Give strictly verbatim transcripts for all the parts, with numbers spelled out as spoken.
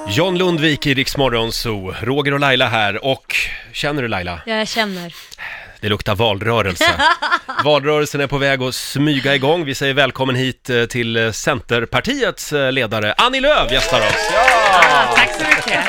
John Lundvik i Rix Morgon Zoo, Roger och Laila här. Och känner du Laila? Ja, jag känner. Det luktar valrörelse. Valrörelsen är på väg att smyga igång. Vi säger välkommen hit till Centerpartiets ledare Annie Lööf gästar oss. Ja! Ah, tack så mycket.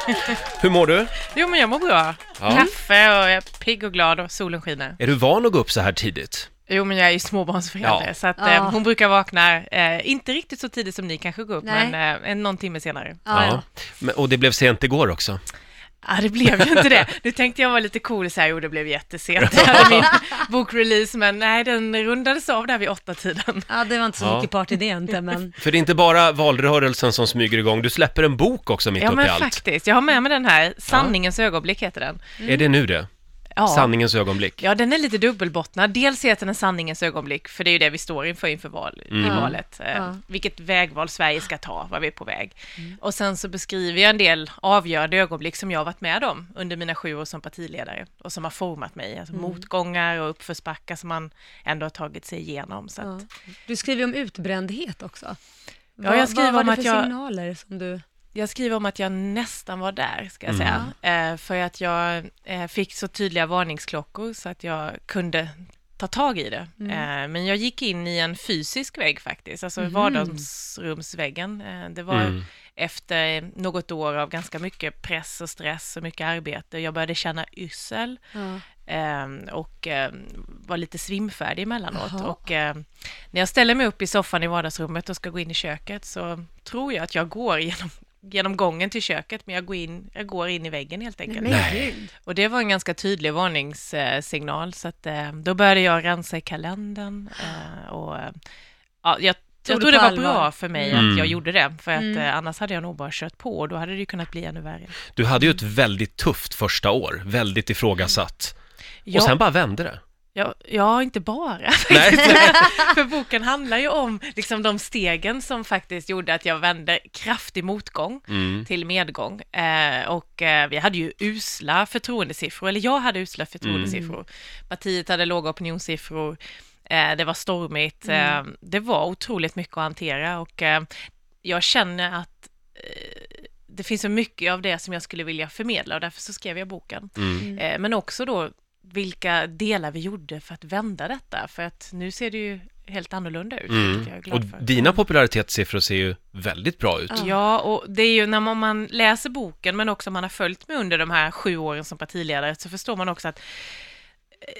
Hur mår du? Jo, men jag mår bra. Ja. Kaffe och jag är pigg och glad och solen skiner. Är du van att gå upp så här tidigt? Jo, men jag är ju småbarnsförälder, ja. Så att, ja. eh, hon brukar vakna, eh, inte riktigt så tidigt som ni kanske går upp, Nej. men eh, någon timme senare. Ja. Ja. Men, och det blev sent igår också. Ja, det blev ju inte det. Nu tänkte jag vara lite cool så här, jo det blev jättesent. Jag hade min bokrelease, men nej, den rundades av där vid åtta tiden. Ja, det var inte så Ja. mycket party det inte, men... För det är inte bara valrörelsen som smyger igång. Du släpper en bok också mitt ja, uppe i men allt. faktiskt. Jag har med mig den här, Sanningens ögonblick heter den. Mm. Är det nu det? Ja. Sanningens ögonblick. Ja, den är lite dubbelbottnad. Dels heter den Sanningens ögonblick, för det är ju det vi står inför inför val, Mm. i valet. Eh, Ja. Vilket vägval Sverige ska ta, vad vi är på väg. Mm. Och sen så beskriver jag en del avgörande ögonblick som jag har varit med om under mina sju år som partiledare och som har format mig. Alltså Mm. motgångar och uppförsbackar som man ändå har tagit sig igenom. Så att, Ja. Du skriver om utbrändhet också. Ja, jag skriver vad var om det att för jag- signaler som du... Jag skriver om att jag nästan var där, ska jag Mm. säga. Eh, för att jag eh, fick så tydliga varningsklockor så att jag kunde ta tag i det. Mm. Eh, men jag gick in i en fysisk vägg faktiskt, alltså Mhm. vardagsrumsväggen. Eh, det var Mm. efter något år av ganska mycket press och stress och mycket arbete. Jag började känna yrsel. Ja. Eh, och eh, var lite svimfärdig emellanåt. Jaha. Och eh, när jag ställer mig upp i soffan i vardagsrummet och ska gå in i köket så tror jag att jag går genom, genom gången till köket, men jag går, in, jag går in i väggen helt enkelt. Men Nej. gud. Och det var en ganska tydlig varningssignal, så att eh, då började jag rensa i kalendern eh, och eh, ja, jag Tog Jag du tror det på var allvar? bra för mig Mm. att jag gjorde det, för att Mm. eh, annars hade jag nog bara kört på och då hade det ju kunnat bli ännu värre. Du hade ju ett väldigt tufft första år. Väldigt ifrågasatt. Ja. Och sen bara vände det. Ja, ja, inte bara. Nej. För boken handlar ju om liksom, de stegen som faktiskt gjorde att jag vände kraftig motgång Mm. till medgång. Eh, och eh, vi hade ju usla förtroendesiffror, eller jag hade usla förtroendesiffror. Mm. Partiet hade låga opinionssiffror. Eh, det var stormigt. Mm. Eh, det var otroligt mycket att hantera och eh, jag känner att eh, det finns så mycket av det som jag skulle vilja förmedla och därför så skrev jag boken. Mm. Eh, men också då vilka delar vi gjorde för att vända detta. För att nu ser det ju helt annorlunda ut. Mm. vilket jag är glad Och för. dina popularitetssiffror ser ju väldigt bra ut. Ja. Ja, och det är ju när man, man läser boken men också om man har följt mig under de här sju åren som partiledare så förstår man också att eh,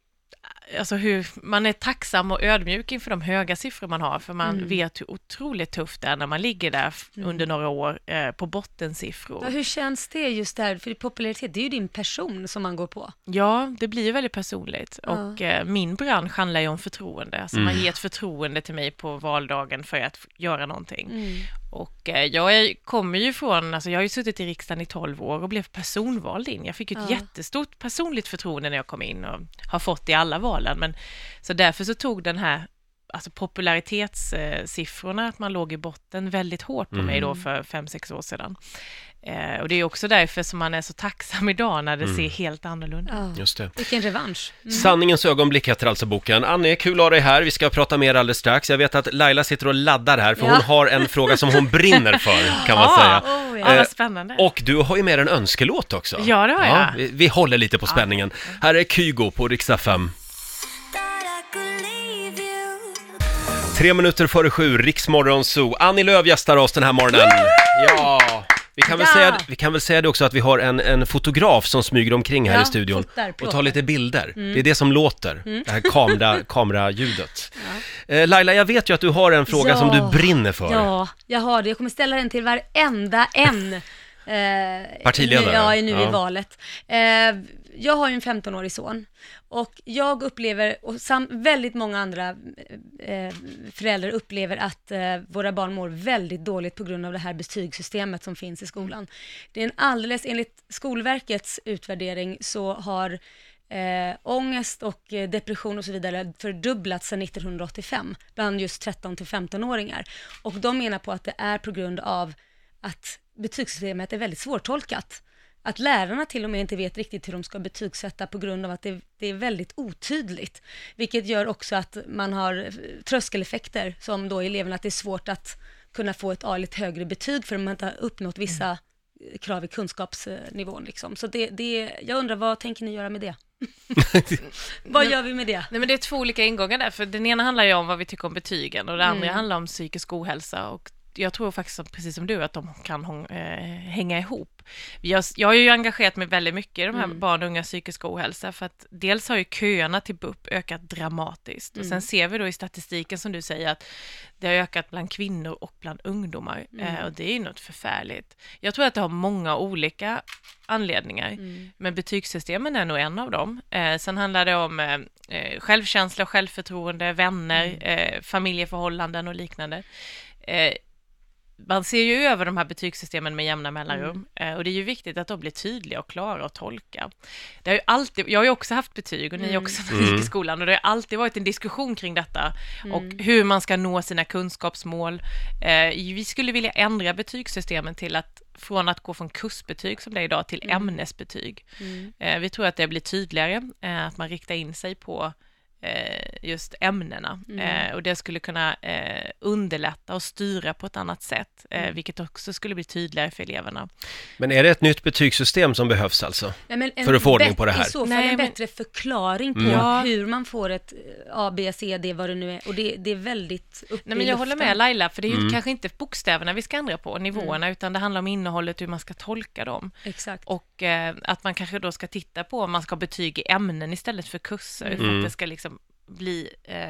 alltså hur man är tacksam och ödmjuk inför de höga siffror man har, för man Mm. vet hur otroligt tufft det är när man ligger där f- Mm. under några år eh, på bottensiffror. Ja, hur känns det just där? För popularitet, det är ju din person som man går på. Ja, det blir ju väldigt personligt. Ja. Och eh, min bransch handlar ju om förtroende. Alltså Mm. man ger ett förtroende till mig på valdagen för att f- göra någonting. Mm. Och eh, jag är, kommer ju från, alltså jag har ju suttit i riksdagen i tolv år och blev personvald in. Jag fick ju ett Ja. jättestort personligt förtroende när jag kom in och har fått i alla valen. Men, så därför så tog den här alltså popularitetssiffrorna, att man låg i botten, väldigt hårt på Mm. mig då för fem, sex år sedan. Eh, och det är också därför som man är så tacksam idag när det Mm. ser helt annorlunda ut. Ja. Just det. Vilken revansch. Mm. Sanningens ögonblick heter alltså boken. Annie, kul att ha dig här. Vi ska prata mer alldeles strax. Jag vet att Laila sitter och laddar här, för Ja. hon har en fråga som hon brinner för, kan man Ja. säga. Oh, Ja, ja. vad spännande. Och du har ju med en önskelåt också. Ja, det har jag. vi, vi håller lite på spänningen. Här är Kygo på Rix F M. Tre minuter före sju, Rix Morgon Zoo. Annie Lööf gästar oss den här morgonen. Ja, vi kan, väl Ja. säga, vi kan väl säga det också att vi har en, en fotograf som smyger omkring här Ja, i studion fotar, och plåtar. tar lite bilder. Det är det som låter, det här kamera, kameraljudet. Ja. Eh, Laila, jag vet ju att du har en fråga Ja. som du brinner för. Ja, jag har det. Jag kommer ställa den till varenda en. Eh, Partiledare. Nu, ja, nu Ja. i valet. Eh, jag har ju en femtonårig son och jag upplever, och sam, väldigt många andra eh, föräldrar upplever att eh, våra barn mår väldigt dåligt på grund av det här betygssystemet som finns i skolan. Det är en alldeles, enligt Skolverkets utvärdering så har Eh, ångest och eh, depression och så vidare fördubblats sedan nittonhundraåttiofem bland just tretton till femton-åringar. Och de menar på att det är på grund av att betygssystemet är väldigt svårtolkat. Att lärarna till och med inte vet riktigt hur de ska betygsätta på grund av att det, det är väldigt otydligt. Vilket gör också att man har tröskeleffekter som då eleverna, att det är svårt att kunna få ett A eller ett högre betyg för att man inte har uppnått vissa mm. krav i kunskapsnivån. Liksom. Så det, det, jag undrar, vad tänker ni göra med det? Vad gör vi med det? Nej, men det är två olika ingångar där, för den ena handlar ju om vad vi tycker om betygen och det andra Mm. handlar om psykisk ohälsa, och jag tror faktiskt, precis som du, att de kan äh, hänga ihop. Jag, jag har ju engagerat mig väldigt mycket i de här Mm. barn och unga psykisk ohälsa, för att dels har ju köerna till B U P ökat dramatiskt och Mm. sen ser vi då i statistiken som du säger att det har ökat bland kvinnor och bland ungdomar Mm. eh, och det är ju något förfärligt. Jag tror att det har många olika anledningar, Mm. men betygssystemen är nog en av dem. Eh, sen handlar det om eh, självkänsla, självförtroende, vänner, Mm. eh, familjeförhållanden och liknande. Eh, man ser ju över de här betygssystemen med jämna mellanrum mm. och det är ju viktigt att de blir tydliga och klara att tolka. Det har ju alltid, jag har ju också haft betyg och ni Mm. också när ni gick i skolan, och det har alltid varit en diskussion kring detta Mm. och hur man ska nå sina kunskapsmål. Eh, vi skulle vilja ändra betygssystemen till att från att gå från kursbetyg som det är idag till Mm. ämnesbetyg. Mm. Eh, vi tror att det blir tydligare, eh, att man riktar in sig på just ämnena Mm. eh, och det skulle kunna eh, underlätta och styra på ett annat sätt, eh, Mm. vilket också skulle bli tydligare för eleverna. Men är det ett nytt betygssystem som behövs alltså? Nej, men en För att få ordning bet- på det här. I så fall Nej, en men- bättre förklaring på Mm. Ja. hur man får ett A, B, C, D, vad det nu är. Och det, det är väldigt uppe Nej, men i jag håller luften. med Laila, för det är ju Mm. kanske inte bokstäverna vi ska ändra på, nivåerna, utan det handlar om innehållet, hur man ska tolka dem. Exakt. Och eh, att man kanske då ska titta på om man ska ha betyg i ämnen istället för kurser, för Mm. att det ska liksom bli, eh,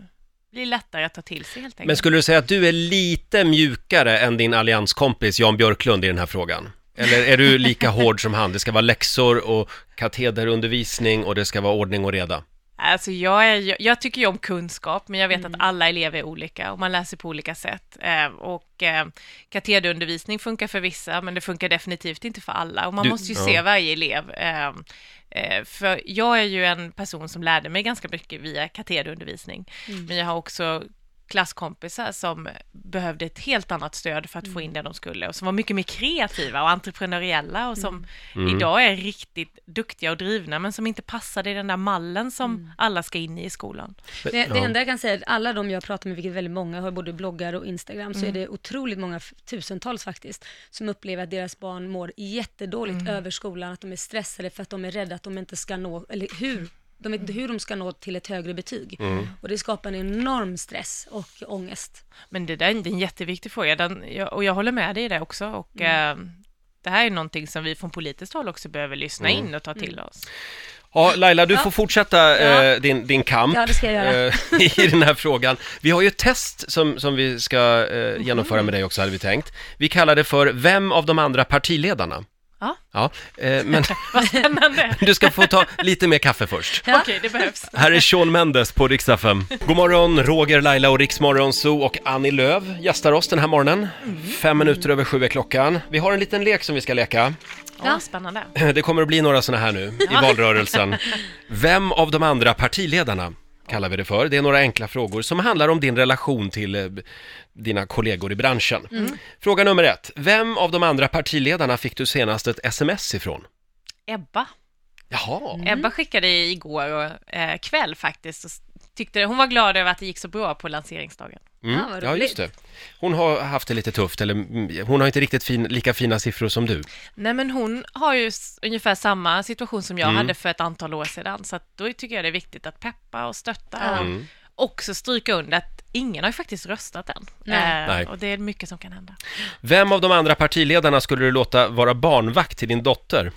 bli lättare att ta till sig helt enkelt. Men skulle du säga att du är lite mjukare än din allianskompis Jan Björklund i den här frågan? Eller är du lika hård som han? Det ska vara läxor och katederundervisning och det ska vara ordning och reda. Alltså jag, är, jag tycker ju om kunskap, men jag vet Mm. att alla elever är olika och man läser på olika sätt. Eh, och eh, katederundervisning funkar för vissa, men det funkar definitivt inte för alla. Och man Du- måste ju ja. se varje elev. Eh, eh, för jag är ju en person som lärde mig ganska mycket via katederundervisning. Mm. Men jag har också klasskompisar som behövde ett helt annat stöd för att få in det de skulle och som var mycket mer kreativa och entreprenöriella och som Mm. idag är riktigt duktiga och drivna, men som inte passade i den där mallen som Mm. alla ska in i i skolan. Men- Det, det ja. enda jag kan säga är att alla de jag pratar med, vilket väldigt många har både bloggar och Instagram, så Mm. är det otroligt många, f- tusentals faktiskt, som upplever att deras barn mår jättedåligt Mm. över skolan, att de är stressade för att de är rädda att de inte ska nå, eller hur, de vet inte hur de ska nå till ett högre betyg. Mm. Och det skapar en enorm stress och ångest. Men det där är en jätteviktig fråga, den, jag, och jag håller med dig i det också. Och, eh, det här är någonting som vi från politiskt håll också behöver lyssna Mm. in och ta till oss. Ja, Laila, du Ja. får fortsätta Ja. eh, din, din kamp Ja, det ska jag göra. eh, i den här frågan. Vi har ju ett test som, som vi ska eh, genomföra med dig också, hade vi tänkt. Vi kallar det för Vem av de andra partiledarna? Ja. Ja, eh, men Vad spännande! du ska få ta lite mer kaffe först. Ja. Okej, det behövs. Här är Shawn Mendes på Rix F M. God morgon, Roger, Laila och Rix Morgon Zoo och Annie Lööf gästar oss den här morgonen. Fem minuter över sju är klockan. Vi har en liten lek som vi ska leka. Ja, spännande. Det kommer att bli några såna här nu i valrörelsen. Vem av de andra partiledarna kallar vi det för? Det är några enkla frågor som handlar om din relation till eh, dina kollegor i branschen. Mm. Fråga nummer ett. Vem av de andra partiledarna fick du senast ett sms ifrån? Ebba. Jaha. Mm. Ebba skickade igår och, eh, kväll faktiskt och tyckte hon var glad över att det gick så bra på lanseringsdagen. Mm. Ja, vad Ja, just roligt. det. Hon har haft det lite tufft, eller mm, hon har inte riktigt fin, lika fina siffror som du. Nej, men hon har ju s- ungefär samma situation som jag Mm. hade för ett antal år sedan, så att då tycker jag det är viktigt att peppa och stötta Ja. och Mm. också stryka under att ingen har ju faktiskt röstat än. Nej. Eh, Nej. Och det är mycket som kan hända. Vem av de andra partiledarna skulle du låta vara barnvakt till din dotter?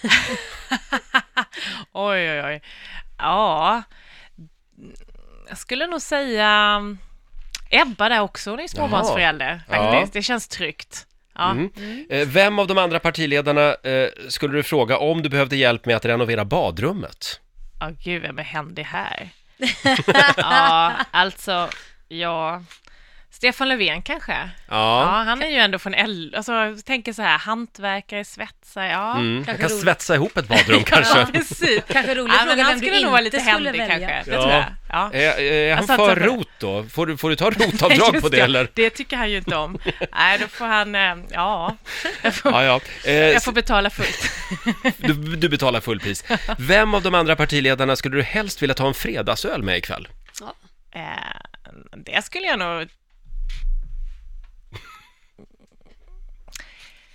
Oj, oj, oj. Ja, jag skulle nog säga Ebba där också. Hon är ju småbarnsförälder Ja. faktiskt. Det känns tryggt. Ja. Mm. Eh, Vem av de andra partiledarna eh, skulle du fråga om du behövde hjälp med att renovera badrummet? Ja, gud, vem är händig här? Ja, alltså, ja... Stefan Löfven kanske? Ja, Ja. han är ju ändå från L... Alltså, jag tänker så här, hantverkare, svetsare, ja. Mm. Jag Kanske kan roligt. svetsa ihop ett badrum kanske. Ja, precis. Kanske rolig Ja, fråga men han vem du skulle nog inte vara lite skulle händig välja. kanske, det Ja. tror jag. Ja. Är, är han Jag satsar för på det. rot då? Får du, får du ta rotavdrag Just på det det, eller? Det tycker han ju inte om. Nej, då får han, eh, ja, jag får, Ja, ja. Eh, jag får betala fullt. du, du betalar fullpris. Vem av de andra partiledarna skulle du helst vilja ta en fredagsöl med ikväll? Eh, det skulle jag nog...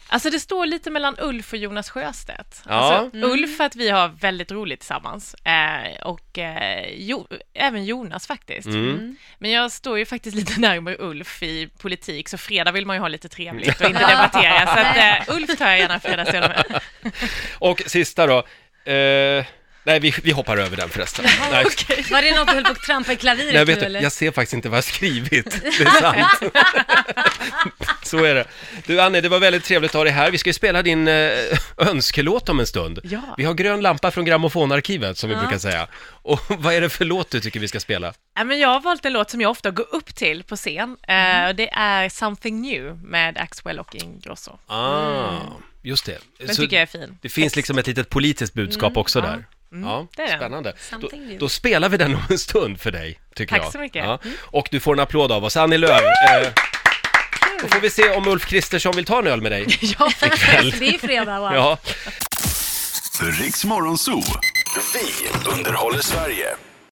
Alltså det står lite mellan Ulf och Jonas Sjöstedt. Ja. Alltså, Mm. Ulf för att vi har väldigt roligt tillsammans. Eh, och eh, jo, även Jonas faktiskt. Mm. Men jag står ju faktiskt lite närmare Ulf i politik, så fredag vill man ju ha lite trevligt och inte debattera. Så att, eh, Ulf tar jag gärna fredagsöl med. Och sista då. Eh, nej, vi, vi hoppar över den förresten. Nej. Var det något du höll på att trampa i klaviret Nej, jag, vet, nu eller? jag ser faktiskt inte vad jag har skrivit. Det är sant. Så är det. Du Annie, det var väldigt trevligt att ha dig här. Vi ska ju spela din eh, önskelåt om en stund. Ja. Vi har grön lampa från grammofonarkivet, som vi Ja. brukar säga. Och vad är det för låt du tycker vi ska spela? Ja, men jag har valt en låt som jag ofta går upp till på scen. Eh, och det är Something New med Axwell och Ingrosso. Ah, just det. Den Så tycker jag är fin. det finns liksom ett litet politiskt budskap också där. Ja, det är det. spännande. Då, Something new. då spelar vi den om en stund för dig, tycker Tack jag. så mycket. Ja. Och du får en applåd av oss. Annie Lööf, eh, då får vi se om Ulf Kristersson vill ta en öl med dig. Ja, ikväll. Det är ju fredag, wow. Ja. Riks Morgonzoo. Vi underhåller Sverige.